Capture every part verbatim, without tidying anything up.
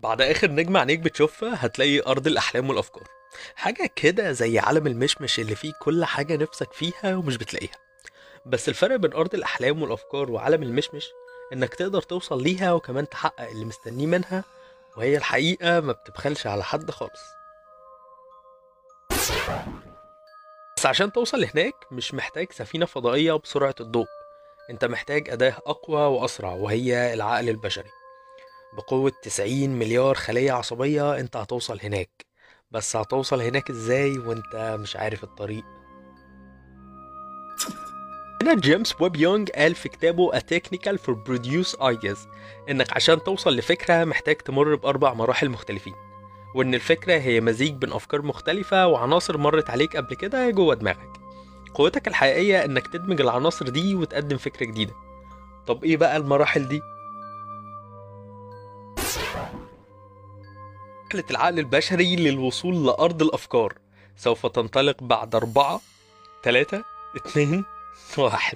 بعد آخر نجمة عينيك بتشوفها هتلاقي أرض الأحلام والأفكار. حاجة كده زي عالم المشمش اللي فيه كل حاجة نفسك فيها ومش بتلاقيها. بس الفرق بين أرض الأحلام والأفكار وعالم المشمش إنك تقدر توصل ليها وكمان تحقق اللي مستنيه منها، وهي الحقيقة ما بتبخلش على حد خالص. بس عشان توصل هناك مش محتاج سفينة فضائية بسرعة الضوء، انت محتاج أداة أقوى وأسرع، وهي العقل البشري. بقوة تسعين مليار خلية عصبية انت هتوصل هناك. بس هتوصل هناك ازاي وانت مش عارف الطريق؟ هنا جيمس ويب يونغ قال في كتابه A Technical for Produce Ideas انك عشان توصل لفكرة محتاج تمر بأربع مراحل مختلفين، وان الفكرة هي مزيج بين أفكار مختلفة وعناصر مرت عليك قبل كده جوه دماغك. قوتك الحقيقية انك تدمج العناصر دي وتقدم فكرة جديدة. طب ايه بقى المراحل دي؟ رحلة العقل البشري للوصول لأرض الأفكار سوف تنطلق بعد أربعة، تلاتة، اتنين، واحد.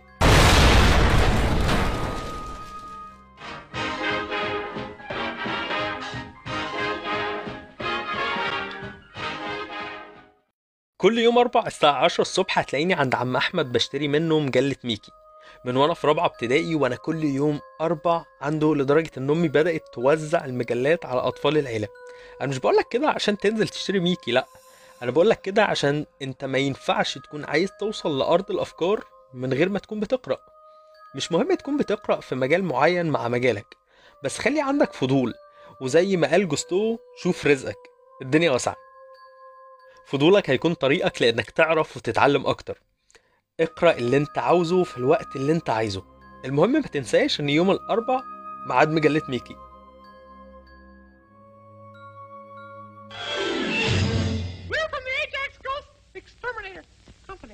كل يوم أربع الساعة عشرة الصبح هتلاقيني عند عم أحمد بشتري منه مجلة ميكي. من وأنا في رابعة ابتدائي وأنا كل يوم أربع عنده، لدرجة إن أمي بدأت توزع المجلات على أطفال العيلة. أنا مش بقولك كده عشان تنزل تشتري ميكي، لأ، أنا بقولك كده عشان أنت ما ينفعش تكون عايز توصل لأرض الأفكار من غير ما تكون بتقرأ. مش مهم تكون بتقرأ في مجال معين مع مجالك، بس خلي عندك فضول، وزي ما قال جوستو شوف رزقك، الدنيا واسعة. فضولك هيكون طريقك لانك تعرف وتتعلم اكتر. اقرأ اللي انت عاوزه في الوقت اللي انت عايزه. المهم ما تنساش ان يوم الاربع ميعاد مجلة ميكي. We're from the Ajax Ghost Exterminator Company.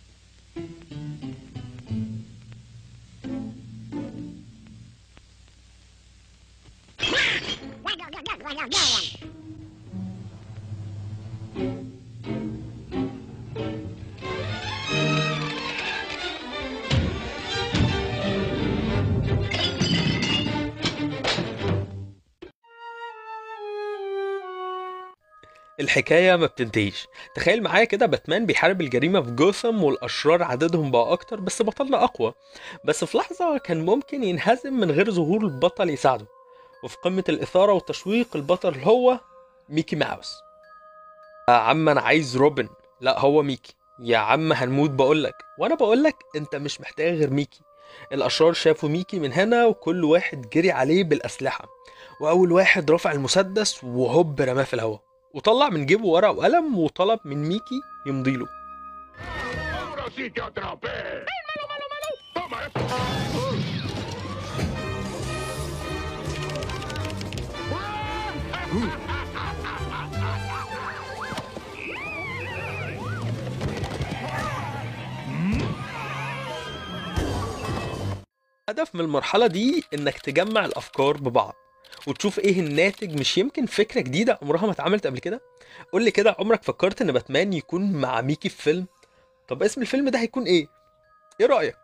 الحكاية ما بتنتهيش. تخيل معايا كده باتمان بيحارب الجريمة في جوثام والأشرار عددهم بقى أكتر بس بطلنا أقوى. بس في لحظة كان ممكن ينهزم من غير ظهور البطل يساعده. وفي قمة الإثارة والتشويق البطل هو ميكي ماوس. يا عم أنا عايز روبن، لا هو ميكي. يا عم هنموت بقولك، وأنا بقولك أنت مش محتاج غير ميكي. الأشرار شافوا ميكي من هنا وكل واحد جري عليه بالأسلحة، وأول واحد رفع المسدس وهوب رماه في الهواء، وطلع من جيبه ورقة وقلم وطلب من ميكي يمضيله. Ahora sí te atrapé. ¡Ven, malo, malo, malo! ¡Toma esto! الهدف من المرحلة دي إنك تجمع الأفكار ببعض وتشوف إيه الناتج. مش يمكن فكرة جديدة عمرها ما اتعملت قبل كده؟ قولي كده، عمرك فكرت إن باتمان يكون مع ميكي في فيلم؟ طب اسم الفيلم ده هيكون إيه؟ إيه رأيك؟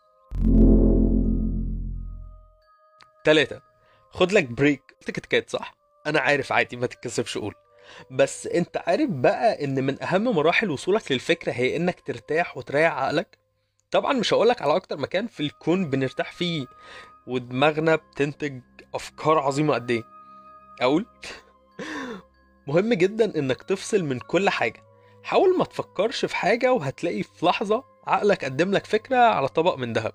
تلاتة، خد لك بريك. قلت كيت كات صح؟ أنا عارف، عادي ما تتكسفش قول. بس أنت عارف بقى إن من أهم مراحل وصولك للفكرة هي إنك ترتاح وتريح عقلك؟ طبعا مش هقولك على أكتر مكان في الكون بنرتاح فيه ودماغنا بتنتج أفكار عظيمة قد إيه. أقول مهم جدا إنك تفصل من كل حاجة. حاول ما تفكرش في حاجة وهتلاقي في لحظة عقلك قدم لك فكرة على طبق من ذهب.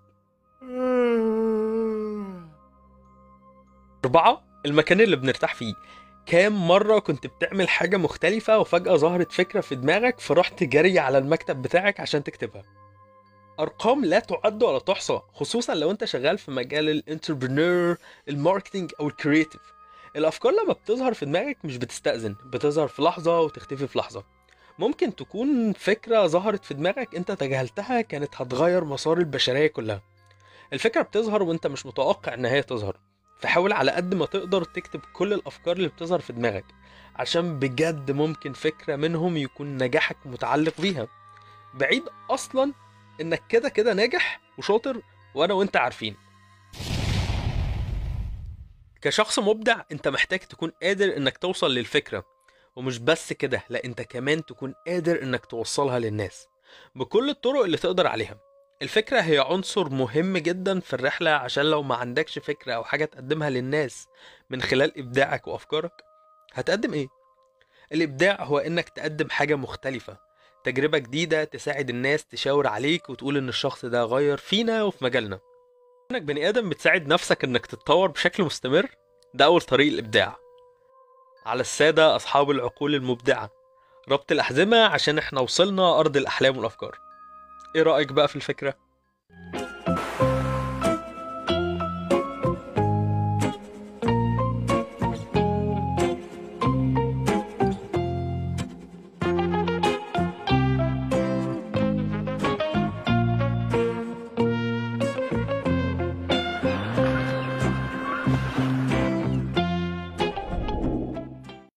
أربعة، المكان اللي بنرتاح فيه. كام مرة كنت بتعمل حاجة مختلفة وفجأة ظهرت فكرة في دماغك فرحت جري على المكتب بتاعك عشان تكتبها؟ أرقام لا تعد ولا تحصى، خصوصا لو أنت شغال في مجال الانتربرنور، الماركتينج أو الكرياتيف. الأفكار لما بتظهر في دماغك مش بتستأذن، بتظهر في لحظة وتختفي في لحظة. ممكن تكون فكرة ظهرت في دماغك أنت تجاهلتها كانت هتغير مسار البشرية كلها. الفكرة بتظهر وأنت مش متوقع إن هي تظهر. فحاول على قد ما تقدر تكتب كل الأفكار اللي بتظهر في دماغك، عشان بجد ممكن فكرة منهم يكون نجاحك متعلق بيها، بعيد أصلا إنك كده كده ناجح وشاطر وأنا وأنت عارفين. كشخص مبدع انت محتاج تكون قادر انك توصل للفكرة، ومش بس كده، لا انت كمان تكون قادر انك توصلها للناس بكل الطرق اللي تقدر عليها. الفكرة هي عنصر مهم جدا في الرحلة، عشان لو ما عندكش فكرة او حاجة تقدمها للناس من خلال ابداعك وافكارك، هتقدم ايه؟ الابداع هو انك تقدم حاجة مختلفة، تجربة جديدة تساعد الناس، تشاور عليك وتقول ان الشخص ده غير فينا وفي مجالنا. انك بني ادم بتساعد نفسك انك تتطور بشكل مستمر، ده اول طريق الابداع. على السادة اصحاب العقول المبدعة، ربط الأحزمة عشان احنا وصلنا أرض الأحلام والأفكار. ايه رأيك بقى في الفكرة؟